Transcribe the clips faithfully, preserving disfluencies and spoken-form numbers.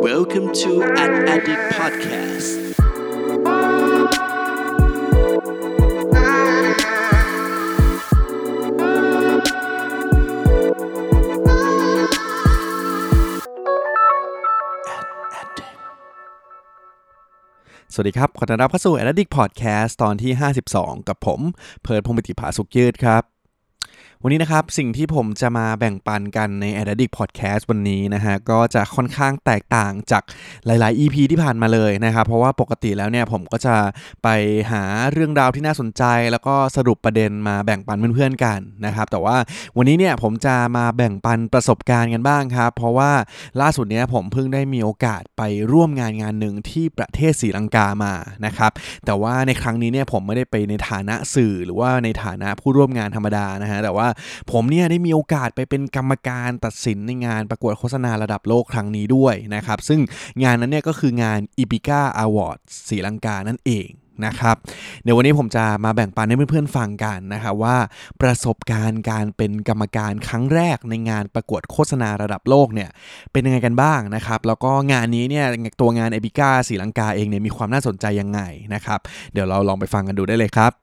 Welcome to An Addict Podcast สวัสดีครับขอต้อนรับเข้าสู่ An Addict Podcast ตอนที่ห้าสิบสองกับผมเพิร์ท พงษ์ ปิติภาสุขยืดครับวันนี้นะครับสิ่งที่ผมจะมาแบ่งปันกันใน An Addict Podcast วันนี้นะฮะก็จะค่อนข้างแตกต่างจากหลายๆ อี พี ที่ผ่านมาเลยนะครับเพราะว่าปกติแล้วเนี่ยผมก็จะไปหาเรื่องราวที่น่าสนใจแล้วก็สรุปประเด็นมาแบ่งปันเพื่อนๆกันนะครับแต่ว่าวันนี้เนี่ยผมจะมาแบ่งปันประสบการณ์กันบ้างครับเพราะว่าล่าสุดเนี้ยผมเพิ่งได้มีโอกาสไปร่วมงานงานหนึ่งที่ประเทศศรีลังกามานะครับแต่ว่าในครั้งนี้เนี่ยผมไม่ได้ไปในฐานะสื่อหรือว่าในฐานะผู้ร่วมงานธรรมดานะฮะแต่ว่าผมเนี่ยได้มีโอกาสไปเป็นกรรมการตัดสินในงานประกวดโฆษณาระดับโลกครั้งนี้ด้วยนะครับซึ่งงานนั้นเนี่ยก็คืองาน อี พี ไอ ซี เอ Awards ศรีลังกานั่นเองนะครับเดี๋ยววันนี้ผมจะมาแบ่งปันให้เพื่อนๆฟังกันนะครับว่าประสบการณ์การเป็นกรรมการครั้งแรกในงานประกวดโฆษณาระดับโลกเนี่ยเป็นยังไงกันบ้างนะครับแล้วก็งานนี้เนี่ยตัวงาน อี พี ไอ ซี เอ ศรีลังกาเองเนี่ยมีความน่าสนใจยังไงนะครับเดี๋ยวเราลองไปฟังกันดูได้เลยครับ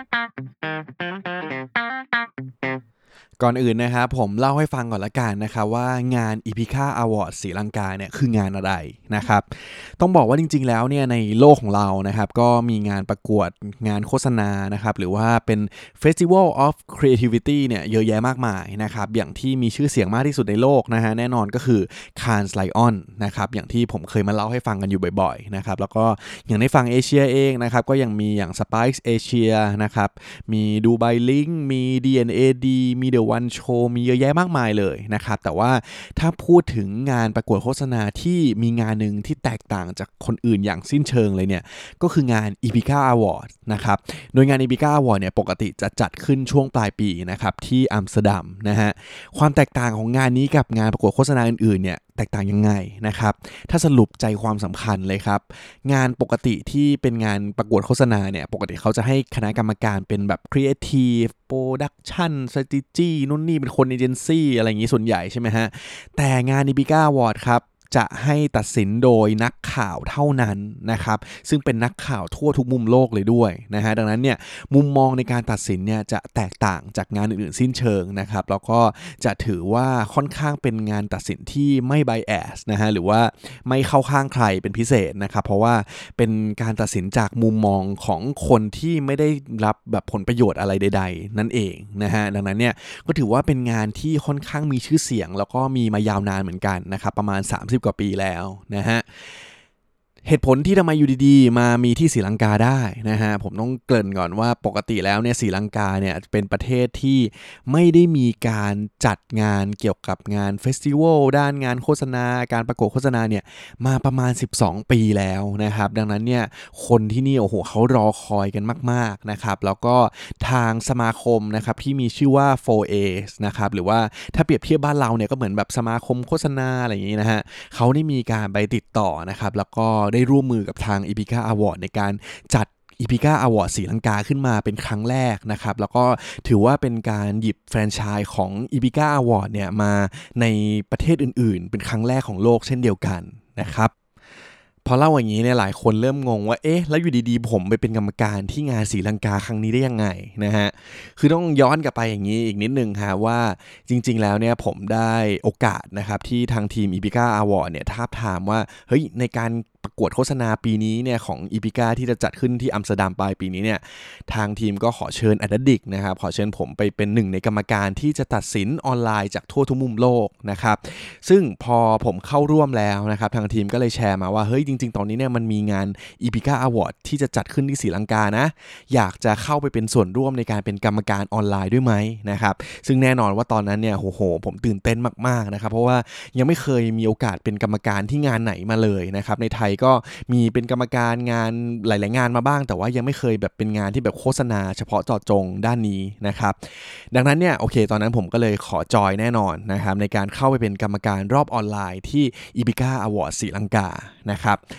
ก่อนอื่นนะครับผมเล่าให้ฟังก่อนละกันนะครับว่างาน อี พี ไอ ซี เอ Awards ศรีลังกาเนี่ยคืองานอะไรนะครับต้องบอกว่าจริงๆแล้วเนี่ยในโลกของเรานะครับก็มีงานประกวดงานโฆษณานะครับหรือว่าเป็น Festival of Creativity เนี่ยเยอะแยะมากมายนะครับอย่างที่มีชื่อเสียงมากที่สุดในโลกนะฮะแน่นอนก็คือ Cannes Lion นะครับอย่างที่ผมเคยมาเล่าให้ฟังกันอยู่บ่อยๆนะครับแล้วก็อย่างในฝั่งเอเชียเองนะครับก็ยังมีอย่าง Spice Asia นะครับมี Dubai Link มี ดี เอ็น เอ ดี มี Theวันโชว์มีเยอะแยะมากมายเลยนะครับแต่ว่าถ้าพูดถึงงานประกวดโฆษณาที่มีงานหนึ่งที่แตกต่างจากคนอื่นอย่างสิ้นเชิงเลยเนี่ยก็คืองาน อี พี ไอ ซี เอ Awards นะครับโดยงาน อี พี ไอ ซี เอ Awards เนี่ยปกติจะจัดขึ้นช่วงปลายปีนะครับที่อัมสเตอร์ดัมนะฮะความแตกต่างของงานนี้กับงานประกวดโฆษณาอื่นๆเนี่ยแตกต่างยังไงนะครับถ้าสรุปใจความสำคัญเลยครับงานปกติที่เป็นงานประกวดโฆษณาเนี่ยปกติเขาจะให้คณะกรรมการเป็นแบบ Creative Production Strategy นู่นนี่เป็นคนเอเจนซี่อะไรอย่างงี้ส่วนใหญ่ใช่ไหมฮะแต่งาน อี พี ไอ ซี เอ Award ครับจะให้ตัดสินโดยนักข่าวเท่านั้นนะครับซึ่งเป็นนักข่าวทั่วทุกมุมโลกเลยด้วยนะฮะดังนั้นเนี่ยมุมมองในการตัดสินเนี่ยจะแตกต่างจากงานอื่นๆสิ้นเชิงนะครับแล้วก็จะถือว่าค่อนข้างเป็นงานตัดสินที่ไม่ไบแอสนะฮะหรือว่าไม่เข้าข้างใครเป็นพิเศษนะครับเพราะว่าเป็นการตัดสินจากมุมมองของคนที่ไม่ได้รับแบบผลประโยชน์อะไรใดๆนั่นเองนะฮะดังนั้นเนี่ยก็ถือว่าเป็นงานที่ค่อนข้างมีชื่อเสียงแล้วก็มีมายาวนานเหมือนกันนะครับประมาณสามสิบกว่าปีแล้วนะฮะเหตุผลที่ทำไมอยู่ดีๆมามีที่ศรีลังกาได้นะฮะผมต้องเกริ่นก่อนว่าปกติแล้วเนี่ยศรีลังกาเนี่ยเป็นประเทศที่ไม่ได้มีการจัดงานเกี่ยวกับงานเฟสติวัลด้านงานโฆษณาการประกวดโฆษณาเนี่ยมาประมาณสิบสองปีแล้วนะครับดังนั้นเนี่ยคนที่นี่โอ้โหเขารอคอยกันมากๆนะครับแล้วก็ทางสมาคมนะครับที่มีชื่อว่า โฟร์ เอ นะครับหรือว่าถ้าเปรียบเทียบบ้านเราเนี่ยก็เหมือนแบบสมาคมโฆษณาอะไรอย่างนี้นะฮะเขาได้มีการไปติดต่อนะครับแล้วก็ได้ร่วมมือกับทาง อี พี ไอ ซี เอ Award ในการจัด อี พี ไอ ซี เอ Award ศรีลังกาขึ้นมาเป็นครั้งแรกนะครับแล้วก็ถือว่าเป็นการหยิบแฟรนไชส์ของ อี พี ไอ ซี เอ Award เนี่ยมาในประเทศอื่นๆเป็นครั้งแรกของโลกเช่นเดียวกันนะครับพอเล่าอย่างนี้เนี่ยหลายคนเริ่มงงว่าเอ๊ะแล้วอยู่ดีๆผมไปเป็นกรรมการที่งานศรีลังกาครั้งนี้ได้ยังไงนะฮะคือต้องย้อนกลับไปอย่างนี้อีกนิดนึงฮะว่าจริงๆแล้วเนี่ยผมได้โอกาสนะครับที่ทางทีม อี พี ไอ ซี เอ Award เนี่ยทาบทามว่าเฮ้ยในการประกวดโฆษณาปีนี้เนี่ยของ อี พี ไอ ซี ที่จะจัดขึ้นที่อัมสเตอร์ดัมปลายปีนี้เนี่ยทางทีมก็ขอเชิญ An Addict นะครับขอเชิญผมไปเป็นหนึ่งในกรรมการที่จะตัดสินออนไลน์จากทั่วทุกมุมโลกนะครับซึ่งพอผมเข้าร่วมแล้วนะครับทางทีมก็เลยแชร์มาว่าเฮ้ยจริงๆตอนนี้เนี่ยมันมีงาน อี พี ไอ ซี Award ที่จะจัดขึ้นที่ศรีลังกานะอยากจะเข้าไปเป็นส่วนร่วมในการเป็นกรรมการออนไลน์ด้วยไหมนะครับซึ่งแน่นอนว่าตอนนั้นเนี่ยโอ้โหผมตื่นเต้นมากๆนะครับเพราะว่ายังไม่เคยมีโอกาสเป็นกรรมการที่งานไหนมาเลยนะครับในไทยก็มีเป็นกรรมการงานหลายๆงานมาบ้างแต่ว่ายังไม่เคยแบบเป็นงานที่แบบโฆษณาเฉพาะเจาะจงด้านนี้นะครับดังนั้นเนี่ยโอเคตอนนั้นผมก็เลยขอจอยแน่นอนนะครับในการเข้าไปเป็นกรรมการรอบออนไลน์ที่ อี พี ไอ ซี Award ศรีลังกานะครับ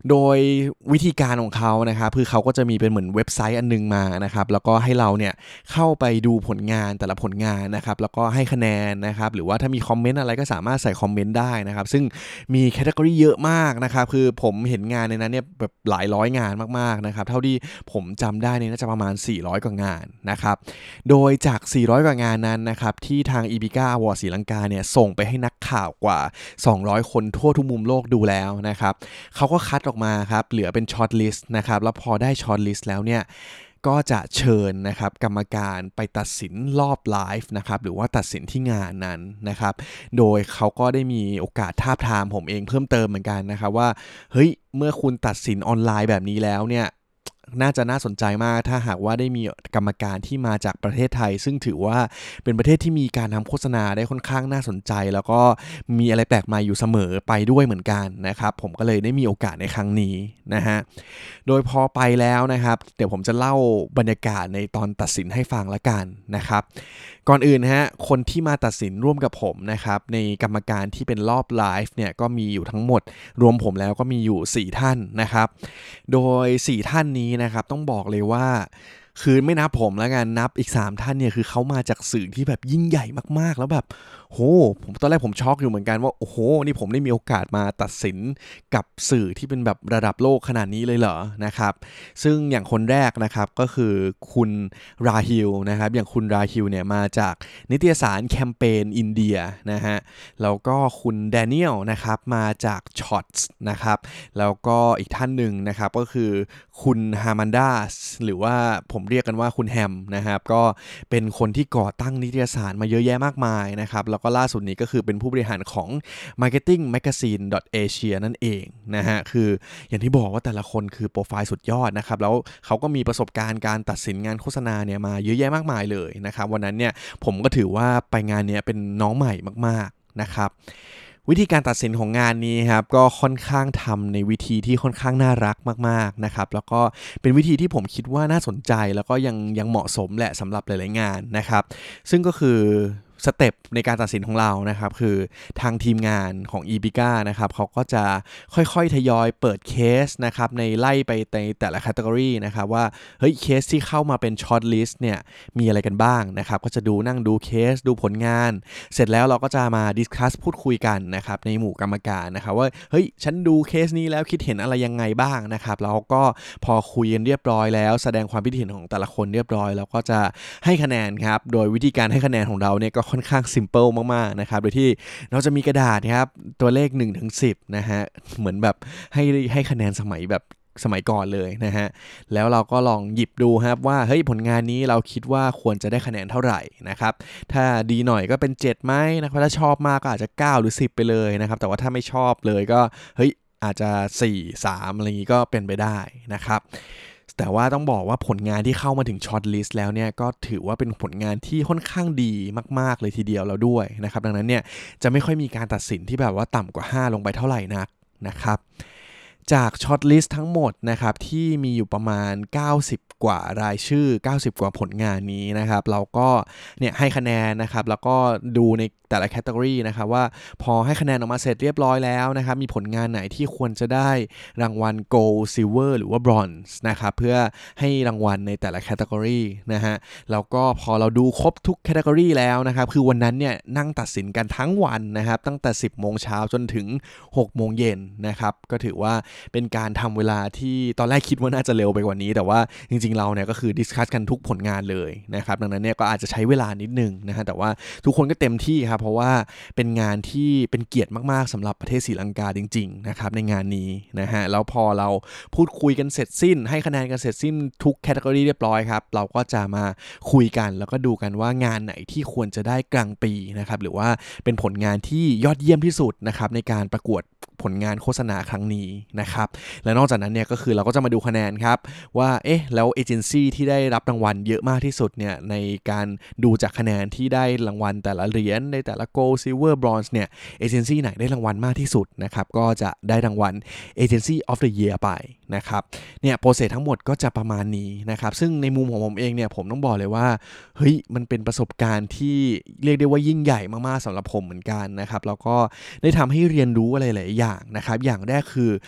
โดยวิธีการของเขานะครับคือเขาก็จะมีเป็นเหมือนเว็บไซต์อันนึงมานะครับแล้วก็ให้เราเนี่ยเข้าไปดูผลงานแต่ละผลงานนะครับแล้วก็ให้คะแนนนะครับหรือว่าถ้ามีคอมเมนต์อะไรก็สามารถใส่คอมเมนต์ได้นะครับซึ่งมีแคตตากรีเยอะมากนะครับคือผมเห็นงานในนั้นเนี่ยแบบหลายร้อยงานมากๆนะครับเท่าที่ผมจำได้เนี่ยน่าจะประมาณสี่ร้อยกว่างานนะครับโดยจากสี่ร้อยกว่างานนั้นนะครับที่ทาง อี พี เอ Award ศรีลังกาเนี่ยส่งไปให้นักข่าวกว่าสองร้อยคนทั่วทุกมุมโลกดูแล้วนะครับเขาก็คัดออกมาครับเหลือเป็นช็อตลิสต์นะครับแล้วพอได้ช็อตลิสต์แล้วเนี่ยก็จะเชิญนะครับกรรมการไปตัดสินรอบไลฟ์นะครับหรือว่าตัดสินที่งานนั้นนะครับโดยเขาก็ได้มีโอกาสทาบทามผมเองเพิ่มเติมเหมือนกันนะครับว่าเฮ้ยเมื่อคุณตัดสินออนไลน์แบบนี้แล้วเนี่ยน่าจะน่าสนใจมากถ้าหากว่าได้มีกรรมการที่มาจากประเทศไทยซึ่งถือว่าเป็นประเทศที่มีการทำโฆษณาได้ค่อนข้างน่าสนใจแล้วก็มีอะไรแปลกใหม่อยู่เสมอไปด้วยเหมือนกันนะครับผมก็เลยได้มีโอกาสในครั้งนี้นะฮะโดยพอไปแล้วนะครับเดี๋ยวผมจะเล่าบรรยากาศในตอนตัดสินให้ฟังละกันนะครับก่อนอื่นฮะคนที่มาตัดสินร่วมกับผมนะครับในกรรมการที่เป็นรอบไลฟ์เนี่ยก็มีอยู่ทั้งหมดรวมผมแล้วก็มีอยู่สี่ท่านนะครับโดยสี่ท่านนี้นะครับต้องบอกเลยว่าคือไม่นับผมแล้วกันนับอีกสามท่านเนี่ยคือเขามาจากสื่อที่แบบยิ่งใหญ่มากๆแล้วแบบโหผมตอนแรกผมช็อกอยู่เหมือนกันว่าโอ้โหนี่ผมได้มีโอกาสมาตัดสินกับสื่อที่เป็นแบบระดับโลกขนาดนี้เลยเหรอนะครับซึ่งอย่างคนแรกนะครับก็คือคุณราฮิลนะครับอย่างคุณราฮิลเนี่ยมาจากนิตยสารแคมเปญอินเดียนะฮะแล้วก็คุณแดเนียลนะครับมาจากช็อตส์นะครับแล้วก็อีกท่านหนึ่งนะครับก็คือคุณฮามันดาสหรือว่าผมเรียกกันว่าคุณแฮมนะครับก็เป็นคนที่ก่อตั้งนิตยสารมาเยอะแยะมากมายนะครับแล้วก็ล่าสุดนี้ก็คือเป็นผู้บริหารของ Marketing Magazine Asia นั่นเองนะฮะคืออย่างที่บอกว่าแต่ละคนคือโปรไฟล์สุดยอดนะครับแล้วเขาก็มีประสบการณ์การตัดสินงานโฆษณาเนี่ยมาเยอะแยะมากมายเลยนะครับวันนั้นเนี่ยผมก็ถือว่าไปงานเนี้ยเป็นน้องใหม่มากๆนะครับวิธีการตัดสินของงานนี้ครับก็ค่อนข้างทำในวิธีที่ค่อนข้างน่ารักมากๆนะครับแล้วก็เป็นวิธีที่ผมคิดว่าน่าสนใจแล้วก็ยังยังเหมาะสมแหละสำหรับหลายๆงานนะครับซึ่งก็คือสเต็ปในการตัดสินของเรานะครับคือทางทีมงานของ อี พี เอ นะครับเขาก็จะค่อยๆทยอยเปิดเคสนะครับในไล่ไปในแต่ละแคตตากรีนะครับว่าเฮ้ยเคสที่เข้ามาเป็นช็อตลิสต์เนี่ยมีอะไรกันบ้างนะครับก็จะดูนั่งดูเคสดูผลงานเสร็จแล้วเราก็จะมาดิสคัสพูดคุยกันนะครับในหมู่กรรมการนะครับว่าเฮ้ยฉันดูเคสนี้แล้วคิดเห็นอะไรยังไงบ้างนะครับแล้วก็พอคุยกันเรียบร้อยแล้วแสดงความคิดเห็นของแต่ละคนเรียบร้อยแล้วก็จะให้คะแนนครับโดยวิธีการให้คะแนนของเราเนี่ยก็ค่อนข้างซิมเปิลมากๆนะครับโดยที่เราจะมีกระดาษครับตัวเลขหนึ่งถึงสิบนะฮะเหมือนแบบให้ให้คะแนนสมัยแบบสมัยก่อนเลยนะฮะแล้วเราก็ลองหยิบดูครับว่าเฮ้ยผลงานนี้เราคิดว่าควรจะได้คะแนนเท่าไหร่นะครับถ้าดีหน่อยก็เป็นเจ็ดไหมนะครับถ้าชอบมากก็อาจจะเก้าหรือสิบไปเลยนะครับแต่ว่าถ้าไม่ชอบเลยก็เฮ้ยอาจจะสี่ สามอะไรอย่างงี้ก็เป็นไปได้นะครับแต่ว่าต้องบอกว่าผลงานที่เข้ามาถึงช็อตลิสต์แล้วเนี่ยก็ถือว่าเป็นผลงานที่ค่อนข้างดีมากๆเลยทีเดียวแล้วด้วยนะครับดังนั้นเนี่ยจะไม่ค่อยมีการตัดสินที่แบบว่าต่ำกว่าห้าลงไปเท่าไหร่นักนะครับจากช็อตลิสต์ทั้งหมดนะครับที่มีอยู่ประมาณเก้าสิบกว่ารายชื่อเก้าสิบกว่าผลงานนี้นะครับเราก็เนี่ยให้คะแนนนะครับแล้วก็ดูในแต่ละแคตตากรีนะครับว่าพอให้คะแนนออกมาเสร็จเรียบร้อยแล้วนะครับมีผลงานไหนที่ควรจะได้รางวัล Gold Silver หรือว่า Bronze นะครับเพื่อให้รางวัลในแต่ละแคตตากรีนะฮะแล้วก็พอเราดูครบทุกแคตตากรีแล้วนะครับคือวันนั้นเนี่ยนั่งตัดสินกันทั้งวันนะครับตั้งแต่สิบโมงเช้าจนถึงหกโมงเย็นนะครับก็ถือว่าเป็นการทำเวลาที่ตอนแรกคิดว่าน่าจะเร็วไปกว่านี้แต่ว่าจริงๆเราเนี่ยก็คือดิสคัสกันทุกผลงานเลยนะครับดังนั้นเนี่ยก็อาจจะใช้เวลานิดนึงนะฮะแต่ว่าทุกคนก็เต็มที่ครับเพราะว่าเป็นงานที่เป็นเกียรติมากๆสำหรับประเทศศรีลังกาจริงๆนะครับในงานนี้นะฮะแล้วพอเราพูดคุยกันเสร็จสิ้นให้คะแนนกันเสร็จสิ้นทุกแคตตากรีเรียบร้อยครับเราก็จะมาคุยกันแล้วก็ดูกันว่างานไหนที่ควรจะได้กลางปีนะครับหรือว่าเป็นผลงานที่ยอดเยี่ยมที่สุดนะครับในการประกวดผลงานโฆษณาครั้งนี้นะครับและนอกจากนั้นเนี่ยก็คือเราก็จะมาดูคะแนนครับว่าเอ๊ะแล้วเอเจนซี่ที่ได้รับรางวัลเยอะมากที่สุดเนี่ยในการดูจากคะแนนที่ได้รางวัลแต่ละเหรียญในแต่ละ Gold Silver Bronze เนี่ยเอเจนซี่ไหนได้รางวัลมากที่สุดนะครับก็จะได้รางวัล Agency of the Year ไปนะครับเนี่ยโปรเซสทั้งหมดก็จะประมาณนี้นะครับซึ่งในมุมของผมเองเนี่ยผมต้องบอกเลยว่าเฮ้ยมันเป็นประสบการณ์ที่เรียกได้ว่ายิ่งใหญ่มากๆสำหรับผมเหมือนกันนะครับแล้วก็ได้ทำให้เรียนรู้อะไรหลายอย่างนะครับอย่างแรกคือ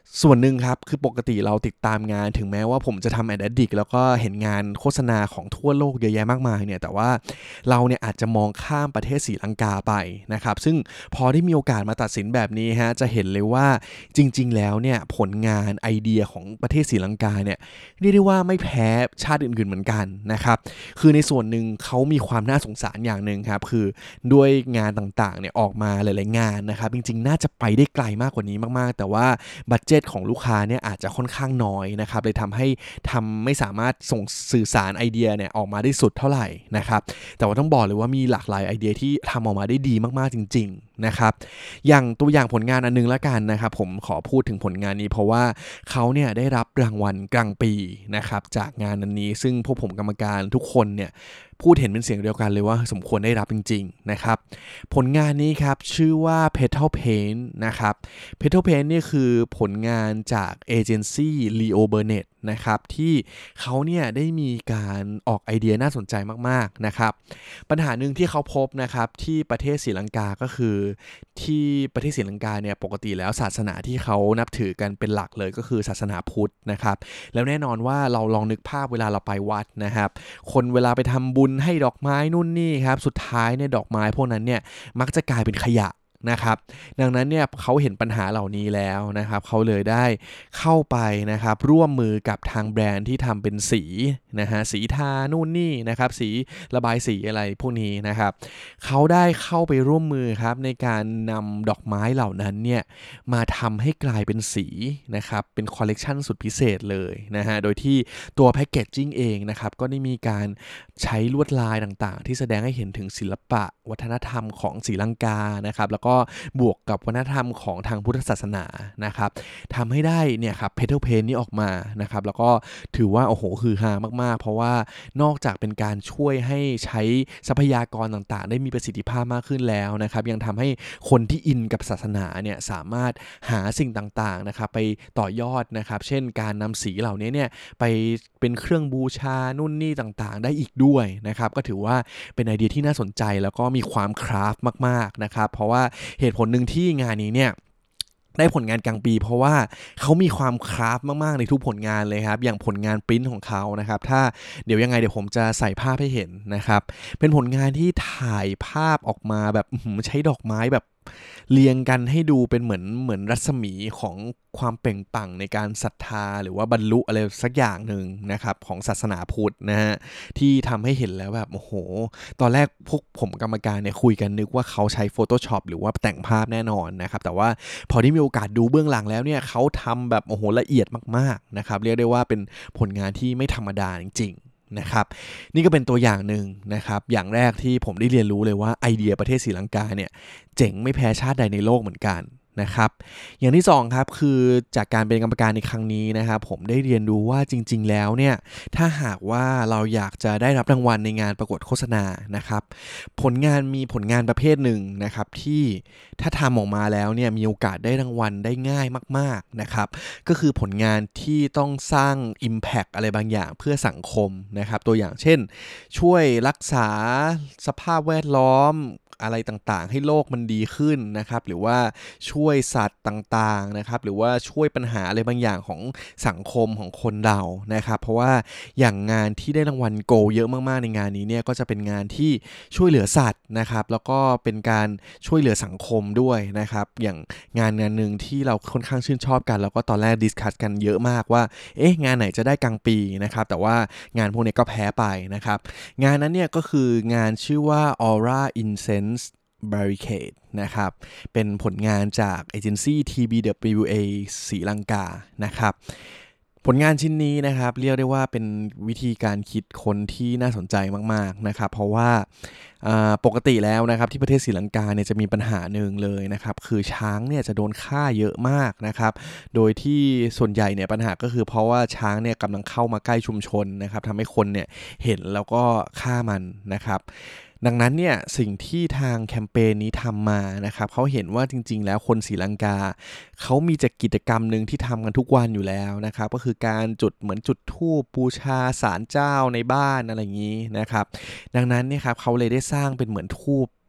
ส่วนหนึ่งครับคือปกติเราติดตามงานถึงแม้ว่าผมจะทำแอดดิกแล้วก็เห็นงานโฆษณาของทั่วโลกเยอะแยะมากมายเนี่ยแต่ว่าเราเนี่ยอาจจะมองข้ามประเทศศรีลังกาไปนะครับซึ่งพอได้มีโอกาสมาตัดสินแบบนี้ฮะจะเห็นเลยว่าจริงๆแล้วเนี่ยผลงานไอเดียของประเทศศรีลังกาเนี่ยเรียกได้ว่าไม่แพ้ชาติอื่นๆเหมือนกันนะครับคือในส่วนหนึ่งเขามีความน่าสงสารอย่างหนึ่งครับคือด้วยงานต่างๆเนี่ยออกมาหลายๆงานนะครับจริงๆน่าจะไปได้ไกลมากกว่านี้มากๆแต่ว่าบัดเจ็ตของลูกค้าเนี่ยอาจจะค่อนข้างน้อยนะครับเลยทำให้ทำไม่สามารถส่งสื่อสารไอเดียเนี่ยออกมาได้สุดเท่าไหร่นะครับแต่ว่าต้องบอกเลยว่ามีหลากหลายไอเดียที่ทำออกมาได้ดีมากๆจริงๆนะครับอย่างตัวอย่างผลงานอันนึงละกันนะครับผมขอพูดถึงผลงานนี้เพราะว่าเขาเนี่ยได้รับรางวัลกลางปีนะครับจากงานอันนี้ซึ่งพวกผมกรรมการทุกคนเนี่ยพูดเห็นเป็นเสียงเดียวกันเลยว่าสมควรได้รับจริงๆนะครับผลงานนี้ครับชื่อว่า Petal Paint นะครับ Petal Paint นี่คือผลงานจากเอเจนซี่ Leo Burnett นะครับที่เขาเนี่ยได้มีการออกไอเดียน่าสนใจมากๆนะครับปัญหาหนึ่งที่เขาพบนะครับที่ประเทศศรีลังกาก็คือที่ประเทศศรีลังกาเนี่ยปกติแล้วศาสนาที่เขานับถือกันเป็นหลักเลยก็คือศาสนาพุทธนะครับแล้วแน่นอนว่าเราลองนึกภาพเวลาเราไปวัดนะครับคนเวลาไปทำบุญให้ดอกไม้นู่นนี่ครับสุดท้ายเนี่ยดอกไม้พวกนั้นเนี่ยมักจะกลายเป็นขยะนะครับดังนั้นเนี่ยเขาเห็นปัญหาเหล่านี้แล้วนะครับเขาเลยได้เข้าไปนะครับร่วมมือกับทางแบรนด์ที่ทำเป็นสีนะฮะสีทานู่นนี่นะครับสีระบายสีอะไรพวกนี้นะครับเขาได้เข้าไปร่วมมือครับในการนำดอกไม้เหล่านั้นเนี่ยมาทำให้กลายเป็นสีนะครับเป็นคอลเลกชันสุดพิเศษเลยนะฮะโดยที่ตัวแพคเกจจิ้งเองนะครับก็ได้มีการใช้ลวดลายต่างๆที่แสดงให้เห็นถึงศิลปะวัฒนธรรมของศรีลังกานะครับแล้วก็บวกกับวัฒนธรรมของทางพุทธศาสนานะครับทำให้ได้เนี่ยครับเพเทลเพนนี้ออกมานะครับแล้วก็ถือว่าโอ้โหฮือฮามากๆเพราะว่านอกจากเป็นการช่วยให้ใช้ทรัพยากรต่างๆได้มีประสิทธิภาพมากขึ้นแล้วนะครับยังทำให้คนที่อินกับศาสนาเนี่ยสามารถหาสิ่งต่างๆนะครับไปต่อยอดนะครับเช่นการนำสีเหล่านี้เนี่ยไปเป็นเครื่องบูชานู่นนี่ต่างๆได้อีกด้วยนะครับก็ถือว่าเป็นไอเดียที่น่าสนใจแล้วก็มีความคราฟต์มากๆนะครับเพราะว่าเหตุผลหนึ่งที่งานนี้เนี่ยได้ผลงานกลางปีเพราะว่าเขามีความคราฟต์มากๆในทุกผลงานเลยครับอย่างผลงานปริ้นท์ของเขานะครับถ้าเดี๋ยวยังไงเดี๋ยวผมจะใส่ภาพให้เห็นนะครับเป็นผลงานที่ถ่ายภาพออกมาแบบใช้ดอกไม้แบบเรียงกันให้ดูเป็นเหมือนเหมือนรัศมีของความเปล่งปลั่งในการศรัทธาหรือว่าบรรลุอะไรสักอย่างหนึ่งนะครับของศาสนาพุทธนะฮะที่ทำให้เห็นแล้วแบบโอ้โหตอนแรกพวกผมกรรมการเนี่ยคุยกันนึกว่าเขาใช้ Photoshop หรือว่าแต่งภาพแน่นอนนะครับแต่ว่าพอได้มีโอกาสดูเบื้องหลังแล้วเนี่ยเขาทำแบบโอ้โหละเอียดมากๆนะครับเรียกได้ว่าเป็นผลงานที่ไม่ธรรมดาจริงๆนะครับนี่ก็เป็นตัวอย่างหนึ่งนะครับอย่างแรกที่ผมได้เรียนรู้เลยว่าไอเดียประเทศศรีลังกาเนี่ยเจ๋งไม่แพ้ชาติใดในโลกเหมือนกันนะครับอย่างที่สองครับคือจากการเป็นกรรมการในครั้งนี้นะครับผมได้เรียนรู้ว่าจริงๆแล้วเนี่ยถ้าหากว่าเราอยากจะได้รับรางวัลในงานประกวดโฆษณานะครับผลงานมีผลงานประเภทหนึ่งนะครับที่ถ้าทำออกมาแล้วเนี่ยมีโอกาสได้รางวัลได้ง่ายมากๆนะครับก็คือผลงานที่ต้องสร้าง Impact อะไรบางอย่างเพื่อสังคมนะครับตัวอย่างเช่นช่วยรักษาสภาพแวดล้อมอะไรต่างๆให้โลกมันดีขึ้นนะครับหรือว่าช่วยสัตว์ต่างๆนะครับหรือว่าช่วยปัญหาอะไรบางอย่างของสังคมของคนเรานะครับเพราะว่าอย่างงานที่ได้รางวัลโกลเยอะมากๆในงานนี้เนี่ยก็จะเป็นงานที่ช่วยเหลือสัตว์นะครับแล้วก็เป็นการช่วยเหลือสังคมด้วยนะครับอย่างงานงานหนึ่งที่เราค่อนข้างชื่นชอบกันแล้วก็ตอนแรกดิสคัสกันเยอะมากว่าเอ๊ะงานไหนจะได้กลางปีนะครับแต่ว่างานพวกนี้ก็แพ้ไปนะครับงานนั้นเนี่ยก็คืองานชื่อว่า Aura Incense Barricade นะครับเป็นผลงานจากเอเจนซี่ ที บี ดับเบิลยู เอ ศรีลังกานะครับผลงานชิ้นนี้นะครับเรียกได้ว่าเป็นวิธีการคิดค้นที่น่าสนใจมากๆนะครับเพราะว่าปกติแล้วนะครับที่ประเทศศรีลังกาเนี่ยจะมีปัญหาหนึ่งเลยนะครับคือช้างเนี่ยจะโดนฆ่าเยอะมากนะครับโดยที่ส่วนใหญ่เนี่ยปัญหาก็คือเพราะว่าช้างเนี่ยกำลังเข้ามาใกล้ชุมชนนะครับทำให้คนเนี่ยเห็นแล้วก็ฆ่ามันนะครับดังนั้นเนี่ยสิ่งที่ทางแคมเปญนี้ทำมานะครับเขาเห็นว่าจริงๆแล้วคนศรีลังกาเขามีจัดกิจกรรมหนึ่งที่ทำกันทุกวันอยู่แล้วนะครับก็คือการจุดเหมือนจุดธูปบูชาศาลเจ้าในบ้านอะไรอย่างนี้นะครับดังนั้นเนี่ยครับเขาเลยได้สร้างเป็นเหมือนธูป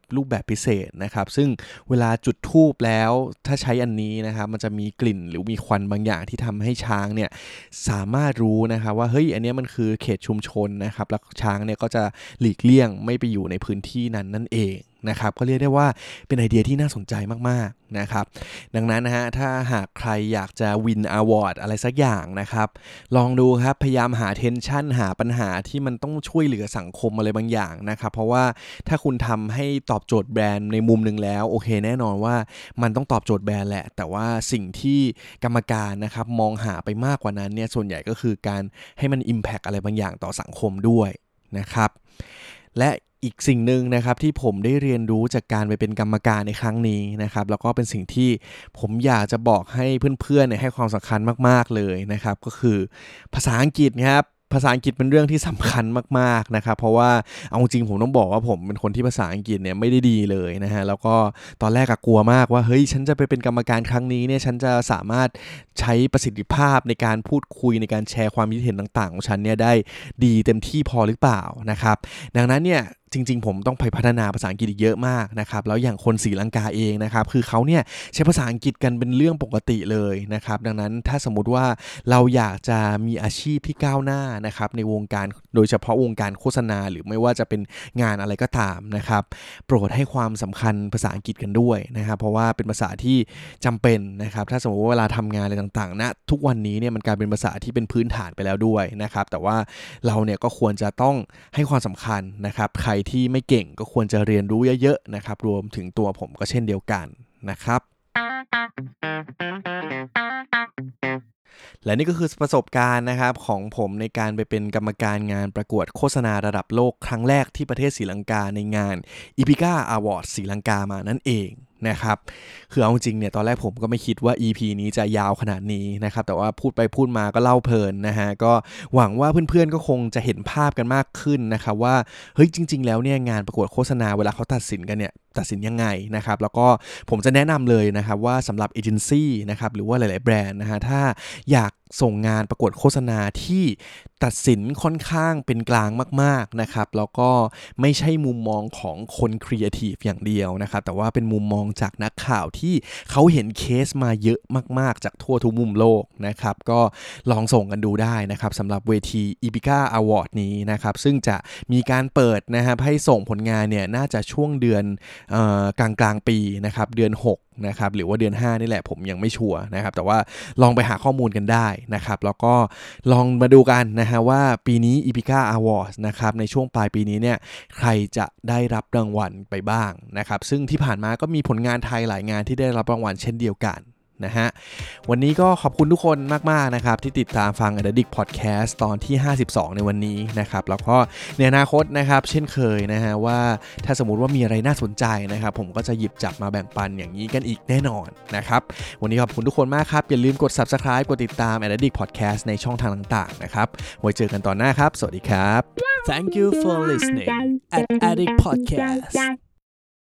รูปแบบพิเศษนะครับซึ่งเวลาจุดธูปแล้วถ้าใช้อันนี้นะครับมันจะมีกลิ่นหรือมีควันบางอย่างที่ทำให้ช้างเนี่ยสามารถรู้นะครับว่าเฮ้ยอันนี้มันคือเขตชุมชนนะครับแล้วช้างเนี่ยก็จะหลีกเลี่ยงไม่ไปอยู่ในพื้นที่นั้นนั่นเองนะครับก็เรียกได้ว่าเป็นไอเดียที่น่าสนใจมากๆนะครับดังนั้นนะฮะถ้าหากใครอยากจะวินอวอร์ดอะไรสักอย่างนะครับลองดูครับพยายามหาเทนชั่นหาปัญหาที่มันต้องช่วยเหลือสังคมอะไรบางอย่างนะครับเพราะว่าถ้าคุณทำให้ตอบโจทย์แบรนด์ในมุมนึงแล้วโอเคแน่นอนว่ามันต้องตอบโจทย์แบรนด์แหละแต่ว่าสิ่งที่กรรมการนะครับมองหาไปมากกว่านั้นเนี่ยส่วนใหญ่ก็คือการให้มัน impact อะไรบางอย่างต่อสังคมด้วยนะครับและอีกสิ่งหนึ่งนะครับที่ผมได้เรียนรู้จากการไปเป็นกรรมการในครั้งนี้นะครับแล้วก็เป็นสิ่งที่ผมอยากจะบอกให้เพื่อนๆเนี่ยให้ความสำคัญมากๆเลยนะครับก็คือภาษาอังกฤษครับภาษาอังกฤษเป็นเรื่องที่สำคัญมากๆนะครับเพราะว่าเอาจริงผมต้องบอกว่าผมเป็นคนที่ภาษาอังกฤษเนี่ยไม่ได้ดีเลยนะฮะแล้วก็ตอนแรกก็กลัวมากว่าเฮ้ยฉันจะไปเป็นกรรมการครั้งนี้เนี่ยฉันจะสามารถใช้ประสิทธิภาพในการพูดคุยในการแชร์ความคิดเห็นต่างๆของฉันเนี่ยได้ดีเต็มที่พอหรือเปล่านะครับดังนั้นเนี่ยจริงๆผมต้องไปพัฒนาภาษาอังกฤษอีกเยอะมากนะครับแล้วอย่างคนศรีลังกาเองนะครับคือเขาเนี่ยใช้ภาษาอังกฤษกันเป็นเรื่องปกติเลยนะครับดังนั้นถ้าสมมุติว่าเราอยากจะมีอาชีพที่ก้าวหน้านะครับในวงการโดยเฉพาะวงการโฆษณาหรือไม่ว่าจะเป็นงานอะไรก็ตามนะครับโปรดให้ความสำคัญภาษาอังกฤษกันด้วยนะครับเพราะว่าเป็นภาษาที่จำเป็นนะครับถ้าสมมติว่าเวลาทำงานอะไรต่างๆณทุกวันนี้เนี่ยมันกลายเป็นภาษาที่เป็นพื้นฐานไปแล้วด้วยนะครับแต่ว่าเราเนี่ยก็ควรจะต้องให้ความสำคัญนะครับใครที่ไม่เก่งก็ควรจะเรียนรู้เยอะๆนะครับรวมถึงตัวผมก็เช่นเดียวกันนะครับและนี่ก็คือประสบการณ์นะครับของผมในการไปเป็นกรรมการงานประกวดโฆษณาระดับโลกครั้งแรกที่ประเทศศรีลังกาในงาน อี พี ไอ ซี เอ Awards ศรีลังกามานั่นเองนะครับคือเอาจริงเนี่ยตอนแรกผมก็ไม่คิดว่า อี พี นี้จะยาวขนาดนี้นะครับแต่ว่าพูดไปพูดมาก็เล่าเพลินนะฮะก็หวังว่าเพื่อนๆก็คงจะเห็นภาพกันมากขึ้นนะครับว่าเฮ้ยจริงๆแล้วเนี่ยงานประกวดโฆษณาเวลาเขาตัดสินกันเนี่ยตัดสินยังไงนะครับแล้วก็ผมจะแนะนำเลยนะครับว่าสำหรับเอเจนซี่นะครับหรือว่าหลายๆแบรนด์นะฮะถ้าอยากส่งงานประกวดโฆษณาที่ตัดสินค่อนข้างเป็นกลางมากๆนะครับแล้วก็ไม่ใช่มุมมองของคนครีเอทีฟอย่างเดียวนะครับแต่ว่าเป็นมุมมองจากนักข่าวที่เขาเห็นเคสมาเยอะมากๆจากทั่วทุกมุมโลกนะครับก็ลองส่งกันดูได้นะครับสำหรับเวที อี พี ไอ ซี เอ Award นี้นะครับซึ่งจะมีการเปิดนะครับให้ส่งผลงานเนี่ยน่าจะช่วงเดือนเอ่อกลางกลางปีนะครับเดือนหกนะครับหรือว่าเดือนห้านี่แหละผมยังไม่ชัวร์นะครับแต่ว่าลองไปหาข้อมูลกันได้นะครับแล้วก็ลองมาดูกันนะฮะว่าปีนี้ อี พี ไอ ซี เอ Awards นะครับในช่วงปลายปีนี้เนี่ยใครจะได้รับรางวัลไปบ้างนะครับซึ่งที่ผ่านมาก็มีผลงานไทยหลายงานที่ได้รับรางวัลเช่นเดียวกันนะฮะวันนี้ก็ขอบคุณทุกคนมากๆนะครับที่ติดตามฟัง Addict Podcast ตอนที่ห้าสิบสองในวันนี้นะครับแล้วก็ในอนาคตนะครับเช่นเคยนะฮะว่าถ้าสมมุติว่ามีอะไรน่าสนใจนะครับผมก็จะหยิบจับมาแบ่งปันอย่างนี้กันอีกแน่นอนนะครับวันนี้ขอบคุณทุกคนมากครับอย่าลืมกด Subscribe กดติดตาม Addict Podcast ในช่องทางต่างๆนะครับไว้เจอกันตอนหน้าครับสวัสดีครับ Thank you for listening at Addict Podcast